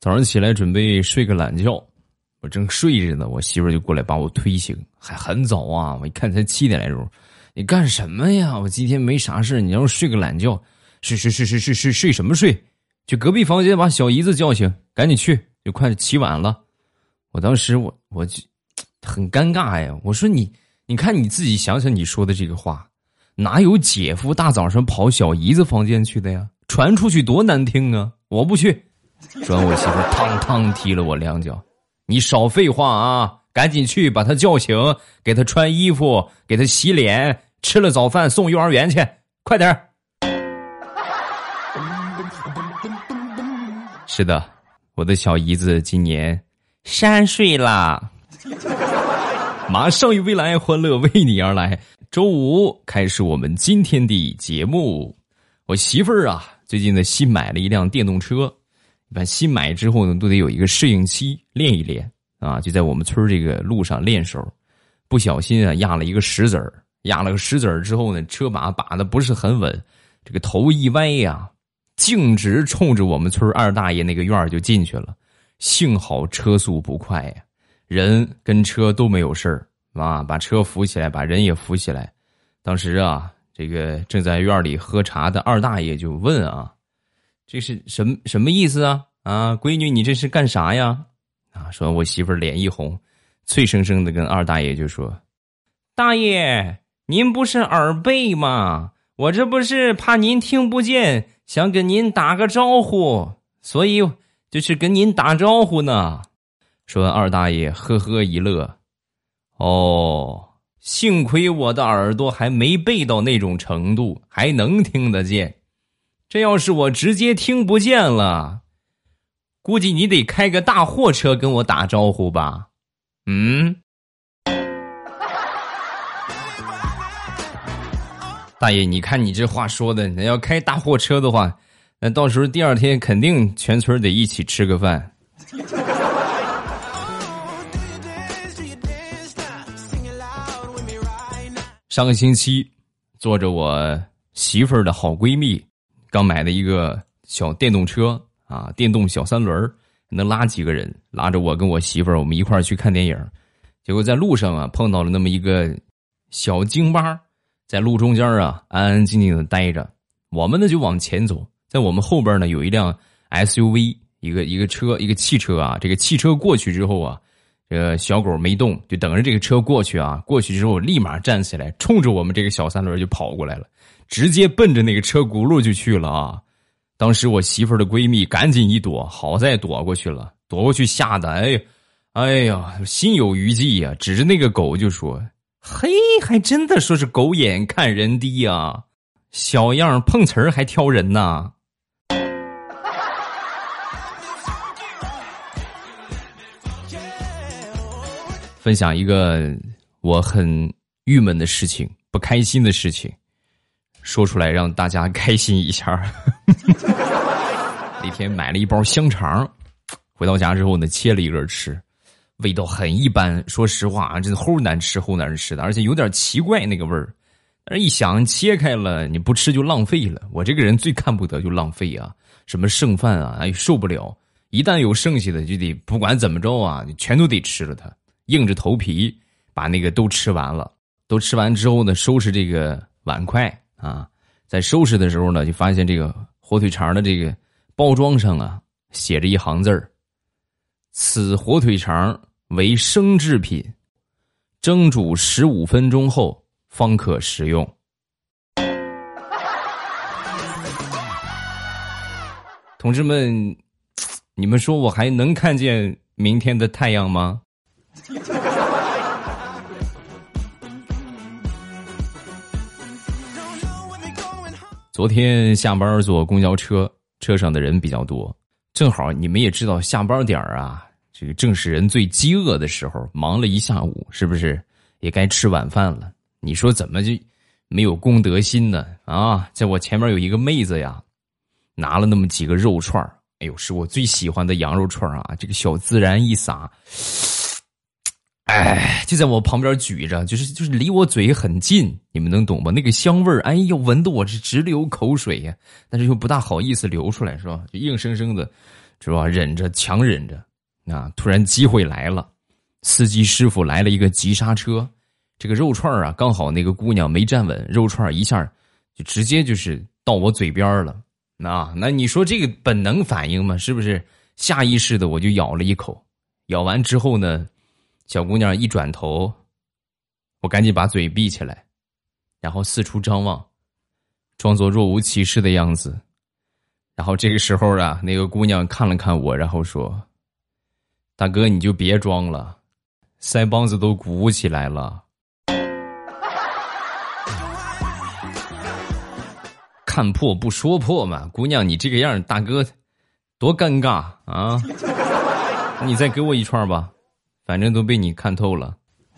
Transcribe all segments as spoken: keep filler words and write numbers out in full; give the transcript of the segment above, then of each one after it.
早上起来准备睡个懒觉，我正睡着呢，我媳妇儿就过来把我推醒，还很早啊，我一看才七点来钟，你干什么呀？我今天没啥事，你让我睡个懒觉，睡睡睡睡睡睡睡什么睡？去隔壁房间把小姨子叫醒，赶紧去，就快起晚了。我当时我我就很尴尬呀，我说你你看你自己想想你说的这个话，哪有姐夫大早上跑小姨子房间去的呀？传出去多难听啊！我不去。说完我媳妇汤汤踢了我两脚，你少废话啊，赶紧去把她叫醒，给她穿衣服，给她洗脸，吃了早饭送幼儿园去，快点儿。是的，我的小姨子今年三岁啦。马上与未来欢乐为你而来，周五开始我们今天的节目。我媳妇儿啊最近呢新买了一辆电动车，一般新买之后呢都得有一个适应期，练一练啊，就在我们村这个路上练手，不小心啊压了一个石子儿，压了个石子儿之后呢，车把把的不是很稳，这个头一歪呀，径直冲着我们村二大爷那个院儿就进去了。幸好车速不快呀，人跟车都没有事儿啊，把车扶起来，把人也扶起来。当时啊，这个正在院里喝茶的二大爷就问啊，这是什么什么意思啊？啊，闺女，你这是干啥呀？啊，说完我媳妇儿脸一红，脆生生的跟二大爷就说：“大爷，您不是耳背吗？我这不是怕您听不见，想跟您打个招呼，所以就是跟您打招呼呢。”说完二大爷呵呵一乐，哦，幸亏我的耳朵还没背到那种程度，还能听得见。这要是我直接听不见了，估计你得开个大货车跟我打招呼吧？嗯？大爷，你看你这话说的，你要开大货车的话，那到时候第二天肯定全村得一起吃个饭。上个星期，坐着我媳妇儿的好闺蜜，刚买的一个小电动车啊，电动小三轮，能拉几个人，拉着我跟我媳妇儿，我们一块儿去看电影。结果在路上啊，碰到了那么一个小京巴，在路中间啊，安安静静的待着。我们呢就往前走，在我们后边呢有一辆 S U V， 一个一个车，一个汽车啊。这个汽车过去之后啊，这个小狗没动，就等着这个车过去啊。过去之后立马站起来，冲着我们这个小三轮就跑过来了，直接奔着那个车轱辘就去了啊。当时我媳妇儿的闺蜜赶紧一躲，好在躲过去了，躲过去吓得哎哎呀心有余悸呀、啊，指着那个狗就说：“嘿，还真的说是狗眼看人低啊，小样碰瓷儿还挑人呐。”分享一个我很郁闷的事情，不开心的事情，说出来让大家开心一下。那天买了一包香肠，回到家之后呢，切了一根吃，味道很一般。说实话啊，真的齁难吃，齁难吃的，而且有点奇怪那个味儿。但是一想，切开了你不吃就浪费了。我这个人最看不得就浪费啊，什么剩饭啊，哎受不了。一旦有剩下的，就得不管怎么着啊，你全都得吃了它。硬着头皮把那个都吃完了。都吃完之后呢，收拾这个碗筷啊，在收拾的时候呢，就发现这个火腿肠的这个包装上啊，写着一行字儿：此火腿肠为生制品，蒸煮十五分钟后方可食用。同志们，你们说我还能看见明天的太阳吗？昨天下班坐公交车，车上的人比较多，正好你们也知道下班点啊，这个正是人最饥饿的时候，忙了一下午，是不是也该吃晚饭了？你说怎么就没有公德心呢？啊，在我前面有一个妹子呀，拿了那么几个肉串，哎呦，是我最喜欢的羊肉串啊，这个小孜然一撒，哎，就在我旁边举着，就是就是离我嘴很近，你们能懂吧？那个香味儿，哎呦，闻得我是直流口水呀，但是又不大好意思流出来，是吧？就硬生生的是吧？忍着，强忍着。啊！突然机会来了，司机师傅来了一个急刹车，这个肉串啊，刚好那个姑娘没站稳，肉串一下就直接就是到我嘴边了。啊，那你说这个本能反应嘛，是不是？下意识的我就咬了一口，咬完之后呢，小姑娘一转头，我赶紧把嘴闭起来，然后四处张望，装作若无其事的样子。然后这个时候啊，那个姑娘看了看我，然后说：“大哥，你就别装了，腮帮子都鼓起来了。”看破不说破嘛，姑娘你这个样，大哥多尴尬啊！你再给我一串吧，反正都被你看透了。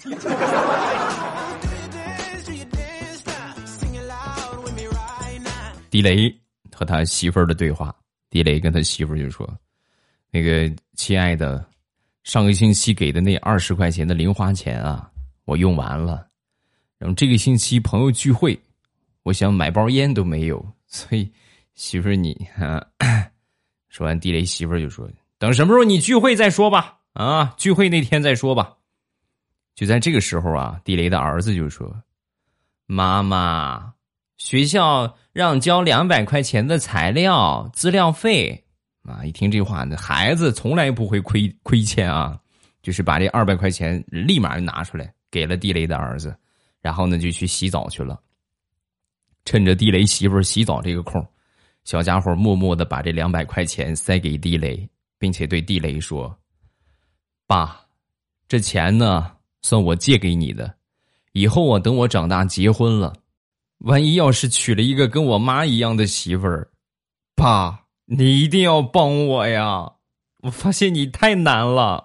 地雷和他媳妇儿的对话，地雷跟他媳妇儿就说：“那个亲爱的，上个星期给的那二十块钱的零花钱啊，我用完了。然后这个星期朋友聚会，我想买包烟都没有，所以媳妇儿你啊。”说完，地雷媳妇儿就说：“等什么时候你聚会再说吧，啊，聚会那天再说吧。”就在这个时候啊，地雷的儿子就说：“妈妈，学校让交两百块钱的材料资料费。”啊，一听这话呢，孩子从来不会亏亏欠啊，就是把这二百块钱立马拿出来给了地雷的儿子，然后呢就去洗澡去了。趁着地雷媳妇儿洗澡这个空，小家伙默默的把这两百块钱塞给地雷，并且对地雷说：“爸，这钱呢算我借给你的，以后啊等我长大结婚了，万一要是娶了一个跟我妈一样的媳妇儿，爸，你一定要帮我呀！我发现你太难了。”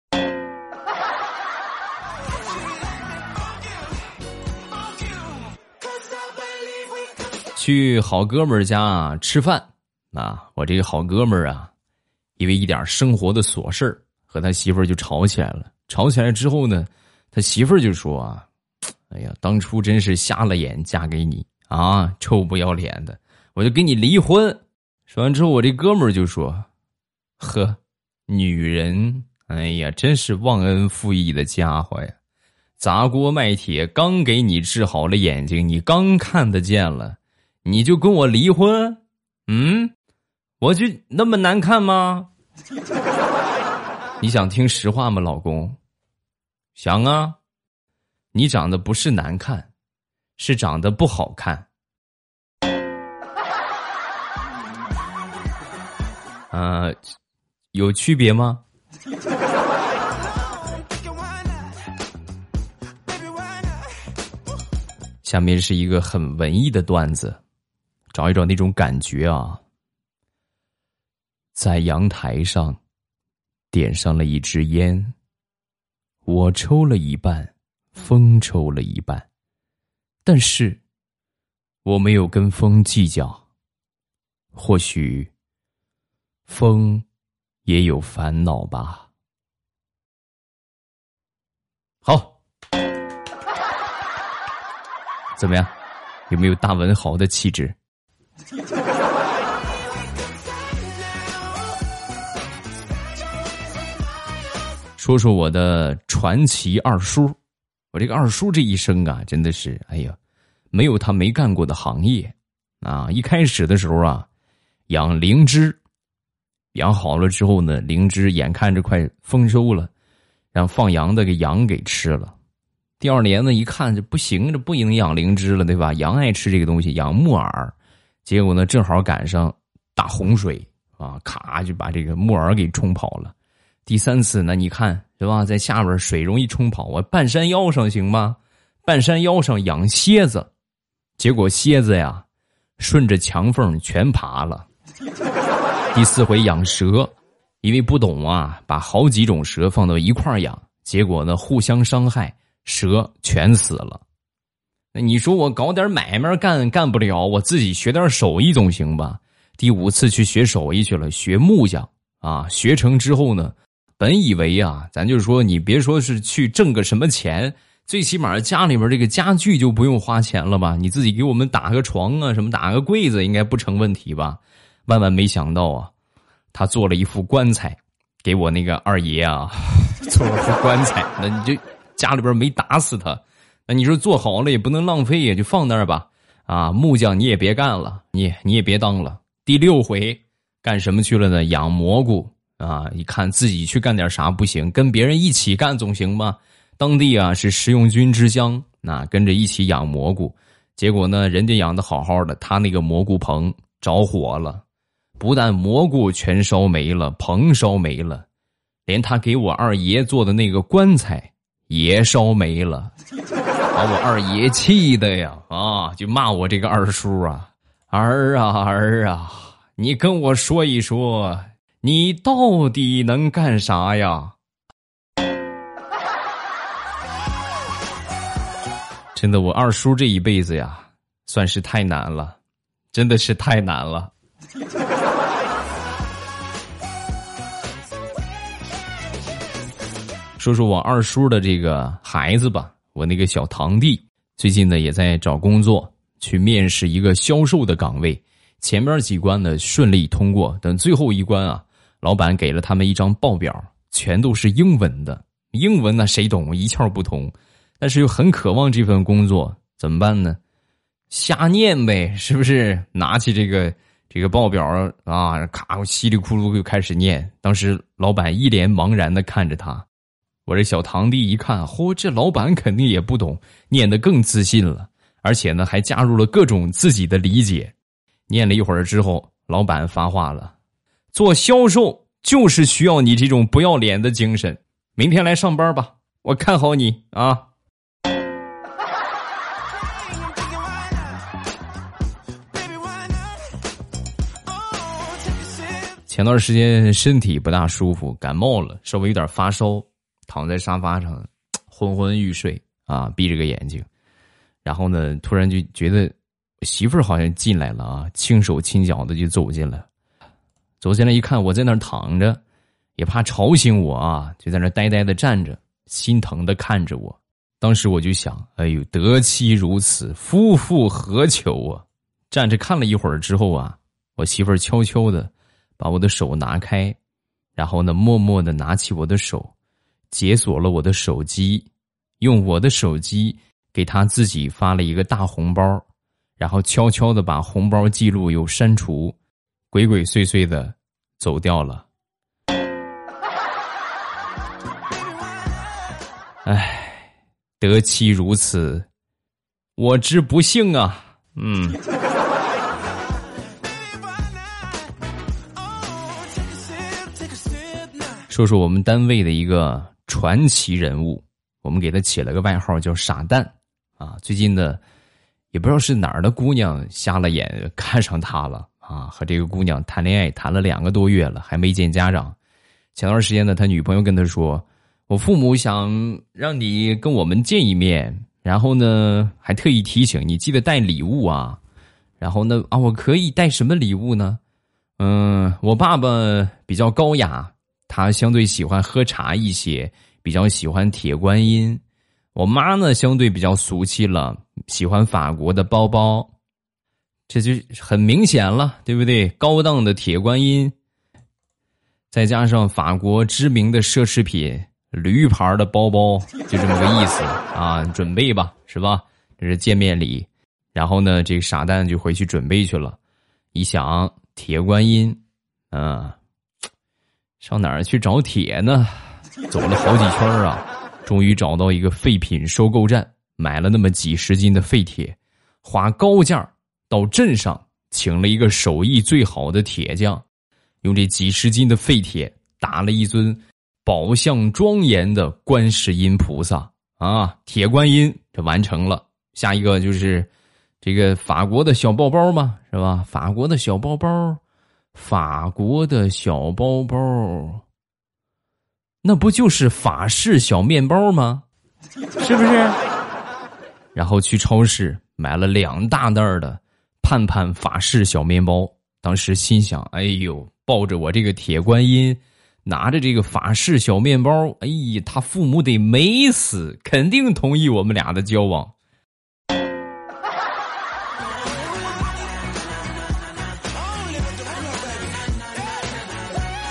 去好哥们儿家啊吃饭啊，我这个好哥们儿啊，因为一点生活的琐事儿和他媳妇儿就吵起来了。吵起来之后呢，他媳妇儿就说啊：“哎呀，当初真是瞎了眼嫁给你啊，臭不要脸的，我就跟你离婚。”说完之后，我这哥们儿就说：“呵，女人，哎呀，真是忘恩负义的家伙呀！砸锅卖铁，刚给你治好了眼睛，你刚看得见了，你就跟我离婚？嗯，我就那么难看吗？你想听实话吗，老公？想啊，你长得不是难看，是长得不好看。”啊、呃，有区别吗？下面是一个很文艺的段子，找一找那种感觉啊。在阳台上点上了一支烟，我抽了一半，风抽了一半，但是我没有跟风计较，或许风也有烦恼吧。好，怎么样？有没有大文豪的气质？说说我的传奇二叔。我这个二叔这一生啊，真的是，哎呀，没有他没干过的行业啊。一开始的时候啊，养灵芝。养好了之后呢，灵芝眼看着快丰收了，让放羊的给羊给吃了。第二年呢，一看这不行，这不能养灵芝了，对吧？羊爱吃这个东西，养木耳，结果呢正好赶上大洪水啊，咔就把这个木耳给冲跑了。第三次呢，你看是吧，在下边水容易冲跑，我半山腰上行吗？半山腰上养蝎子，结果蝎子呀顺着墙缝全爬了。第四回养蛇，因为不懂啊，把好几种蛇放到一块养，结果呢互相伤害，蛇全死了。那你说我搞点买卖干干不了，我自己学点手艺总行吧？第五次去学手艺去了，学木匠啊，学成之后呢，本以为啊，咱就说你别说是去挣个什么钱，最起码家里边这个家具就不用花钱了吧？你自己给我们打个床啊，什么打个柜子应该不成问题吧？万万没想到啊， 他做了一副棺材，给我那个二爷啊做了副棺材。那你就家里边没打死他，那你说做好了也不能浪费呀，就放那儿吧。啊，木匠你也别干了，你你也别当了。第六回干什么去了呢？养蘑菇啊！一看自己去干点啥不行，跟别人一起干总行吧？当地啊是食用菌之乡，那跟着一起养蘑菇。结果呢，人家养的好好的，他那个蘑菇棚着火了，不但蘑菇全烧没了，棚烧没了，连他给我二爷做的那个棺材也烧没了，把我二爷气的呀啊，就骂我这个二叔啊，儿啊儿啊，你跟我说一说，你到底能干啥呀？真的，我二叔这一辈子呀，算是太难了，真的是太难了。说说我二叔的这个孩子吧，我那个小堂弟最近呢也在找工作，去面试一个销售的岗位，前边几关呢顺利通过，等最后一关啊，老板给了他们一张报表，全都是英文的，英文呢谁懂，一窍不通，但是又很渴望这份工作，怎么办呢？瞎念呗，是不是？拿起这个这个报表啊，咔稀里咕噜就开始念。当时老板一脸茫然的看着他，我这小堂弟一看，嚯，这老板肯定也不懂，念得更自信了，而且呢还加入了各种自己的理解。念了一会儿之后，老板发话了：做销售就是需要你这种不要脸的精神，明天来上班吧，我看好你啊。前段时间身体不大舒服，感冒了，稍微有点发烧，躺在沙发上昏昏欲睡啊，闭着个眼睛，然后呢突然就觉得我媳妇儿好像进来了啊，轻手轻脚的就走进来走进来一看我在那儿躺着，也怕吵醒我啊，就在那儿呆呆的站着，心疼的看着我。当时我就想，哎呦，得妻如此，夫复何求啊。站着看了一会儿之后啊，我媳妇儿悄悄的把我的手拿开，然后呢默默的拿起我的手，解锁了我的手机，用我的手机给他自己发了一个大红包，然后悄悄的把红包记录又删除，鬼鬼祟祟的走掉了。唉，得妻如此，我之不幸啊。嗯。说说我们单位的一个传奇人物，我们给他起了个外号叫傻蛋啊。最近呢也不知道是哪儿的姑娘瞎了眼看上他了啊，和这个姑娘谈恋爱谈了两个多月了，还没见家长。前段时间呢他女朋友跟他说，我父母想让你跟我们见一面，然后呢还特意提醒你记得带礼物啊。然后呢啊，我可以带什么礼物呢？嗯，我爸爸比较高雅，他相对喜欢喝茶一些，比较喜欢铁观音。我妈呢相对比较俗气了，喜欢法国的包包。这就很明显了，对不对？高档的铁观音，再加上法国知名的奢侈品驴牌的包包，就这么个意思啊，准备吧，是吧？这是见面礼。然后呢这个傻蛋就回去准备去了，一想铁观音啊，上哪儿去找铁呢？走了好几圈啊，终于找到一个废品收购站，买了那么几十斤的废铁，花高价到镇上请了一个手艺最好的铁匠，用这几十斤的废铁打了一尊宝相庄严的观世音菩萨啊，铁观音这完成了。下一个就是这个法国的小包包嘛，是吧？法国的小包包，法国的小包包，那不就是法式小面包吗？是不是？然后去超市买了两大袋的盼盼法式小面包，当时心想，哎呦，抱着我这个铁观音，拿着这个法式小面包，哎呀，他父母得美死，肯定同意我们俩的交往。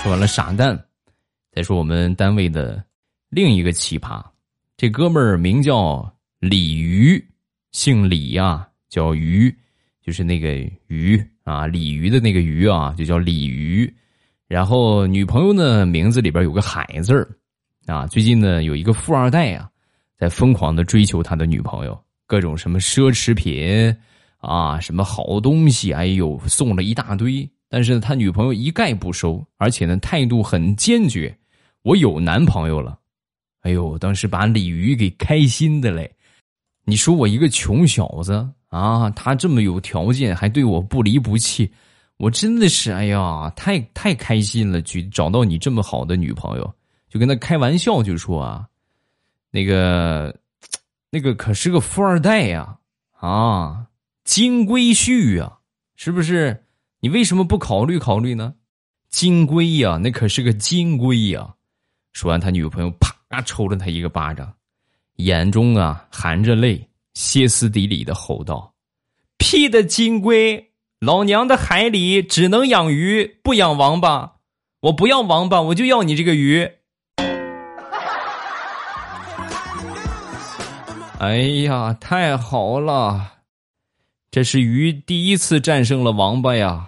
说完了傻蛋，再说我们单位的另一个奇葩，这哥们儿名叫李鱼，姓李呀，叫鱼，就是那个鱼啊，鲤鱼的那个鱼啊，就叫鲤鱼。然后女朋友呢，名字里边有个海字儿啊。最近呢，有一个富二代啊，在疯狂的追求他的女朋友，各种什么奢侈品啊，什么好东西，哎呦，送了一大堆。但是他女朋友一概不收，而且呢，态度很坚决。我有男朋友了。哎呦，当时把鲤鱼给开心的嘞。你说我一个穷小子啊，他这么有条件，还对我不离不弃，我真的是哎呀，太太开心了，去找到你这么好的女朋友。就跟他开玩笑，就说啊，那个那个可是个富二代呀，啊，金龟婿呀，是不是？你为什么不考虑考虑呢？金龟呀，那可是个金龟呀。说完，他女朋友啪抽了他一个巴掌，眼中啊含着泪，歇斯底里的吼道：屁的金龟，老娘的海里只能养鱼，不养王八。我不要王八，我就要你这个鱼。哎呀，太好了，这是鱼第一次战胜了王八呀。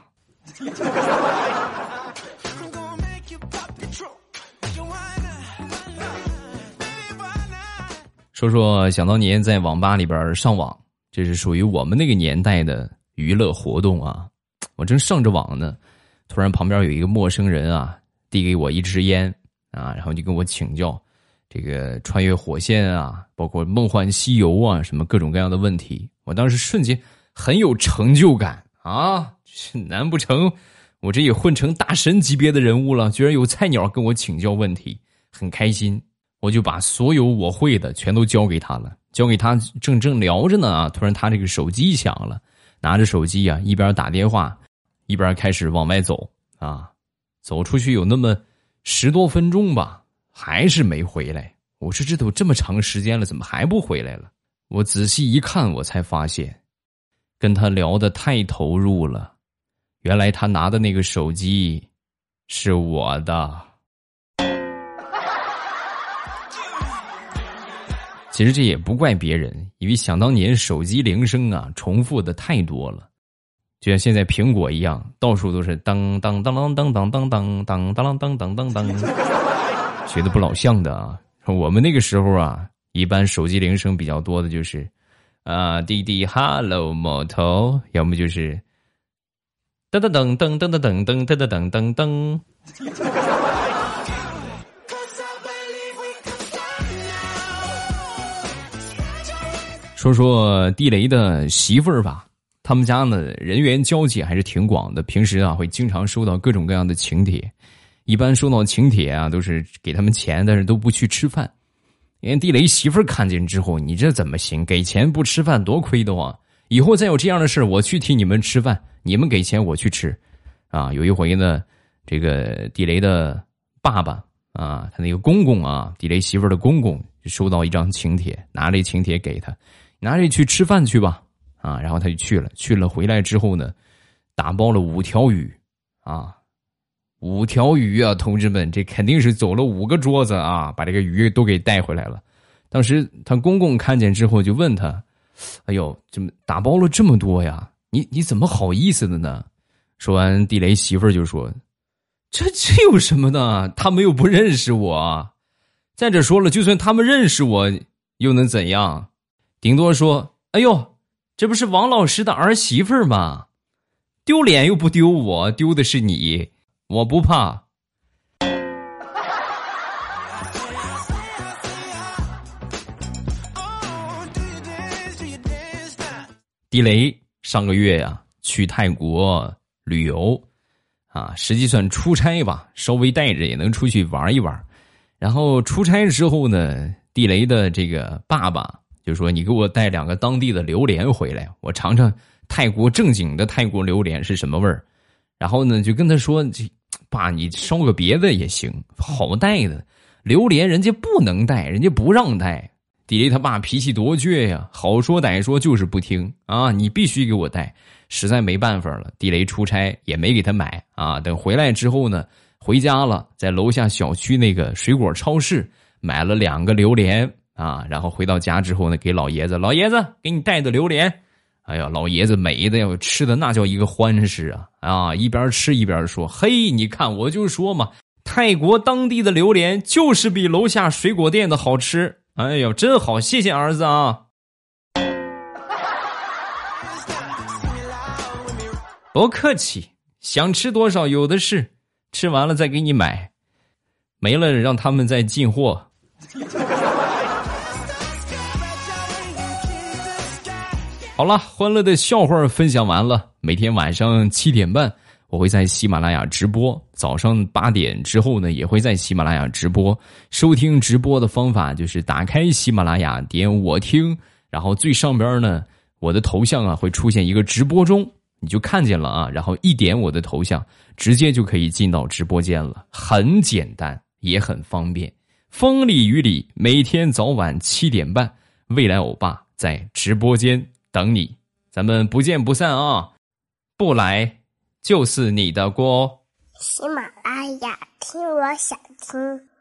说说想当年在网吧里边上网，这是属于我们那个年代的娱乐活动啊。我正上着网呢，突然旁边有一个陌生人啊，递给我一支烟啊，然后就跟我请教这个穿越火线啊，包括梦幻西游啊，什么各种各样的问题。我当时瞬间很有成就感啊，难不成我这也混成大神级别的人物了？居然有菜鸟跟我请教问题，很开心。我就把所有我会的全都交给他了，交给他正正聊着呢啊，突然他这个手机响了，拿着手机啊，一边打电话，一边开始往外走啊，走出去有那么十多分钟吧，还是没回来。我说这都这么长时间了，怎么还不回来了？我仔细一看，我才发现，跟他聊得太投入了，原来他拿的那个手机是我的。其实这也不怪别人，因为想当年手机铃声啊，重复的太多了，就像现在苹果一样，到处都是当当当当当当当当当当当当当当，学的不老像的啊。我们那个时候啊，一般手机铃声比较多的就是啊，滴滴 Hello 摩托，要么就是噔噔噔噔噔噔噔噔噔噔噔噔。说说地雷的媳妇儿吧，他们家呢人员交际还是挺广的，平时啊会经常收到各种各样的请帖，一般收到请帖啊都是给他们钱，但是都不去吃饭。因为地雷媳妇儿看见之后，你这怎么行？给钱不吃饭多亏的慌，以后再有这样的事我去替你们吃饭，你们给钱我去吃啊。有一回呢，这个地雷的爸爸啊，他那个公公啊，地雷媳妇儿的公公就收到一张请帖，拿这请帖给他，拿着去吃饭去吧啊，然后他就去了，去了回来之后呢，打包了五条鱼啊，五条鱼啊，同志们，这肯定是走了五个桌子啊，把这个鱼都给带回来了。当时他公公看见之后就问他：“哎呦，怎么打包了这么多呀？你你怎么好意思的呢？”说完，地雷媳妇儿就说：“这这有什么呢？他们又不认识我。再者说了，就算他们认识我，又能怎样？顶多说，哎呦，这不是王老师的儿媳妇儿吗？丢脸又不丢我，丢的是你，我不怕。”地雷上个月呀、啊、去泰国旅游啊，实际算出差吧，稍微带着也能出去玩一玩。然后出差之后呢，地雷的这个爸爸就说：“你给我带两个当地的榴莲回来，我尝尝泰国正经的泰国榴莲是什么味儿。”然后呢，就跟他说：“爸，你烧个别的也行，好带的榴莲人家不能带，人家不让带。”地雷他爸脾气多倔呀，好说歹说就是不听啊！你必须给我带，实在没办法了。地雷出差也没给他买啊，等回来之后呢， 回家了，在楼下小区那个水果超市买了两个榴莲啊，然后回到家之后呢，给老爷子，老爷子给你带的榴莲。哎呀，老爷子美的要吃的那叫一个欢实啊啊！一边吃一边说：“嘿，你看我就说嘛，泰国当地的榴莲就是比楼下水果店的好吃。哎呦，真好，谢谢儿子啊！”不客气，想吃多少有的是，吃完了再给你买，没了让他们再进货。好了，欢乐的笑话分享完了。每天晚上七点半，我会在喜马拉雅直播；早上八点之后呢，也会在喜马拉雅直播。收听直播的方法就是打开喜马拉雅，点我听，然后最上边呢，我的头像啊会出现一个直播中，你就看见了啊。然后一点我的头像，直接就可以进到直播间了，很简单，也很方便。风里雨里，每天早晚七点半，未来欧巴在直播间等你，咱们不见不散啊！不来就是你的锅。 喜马拉雅，听我想听。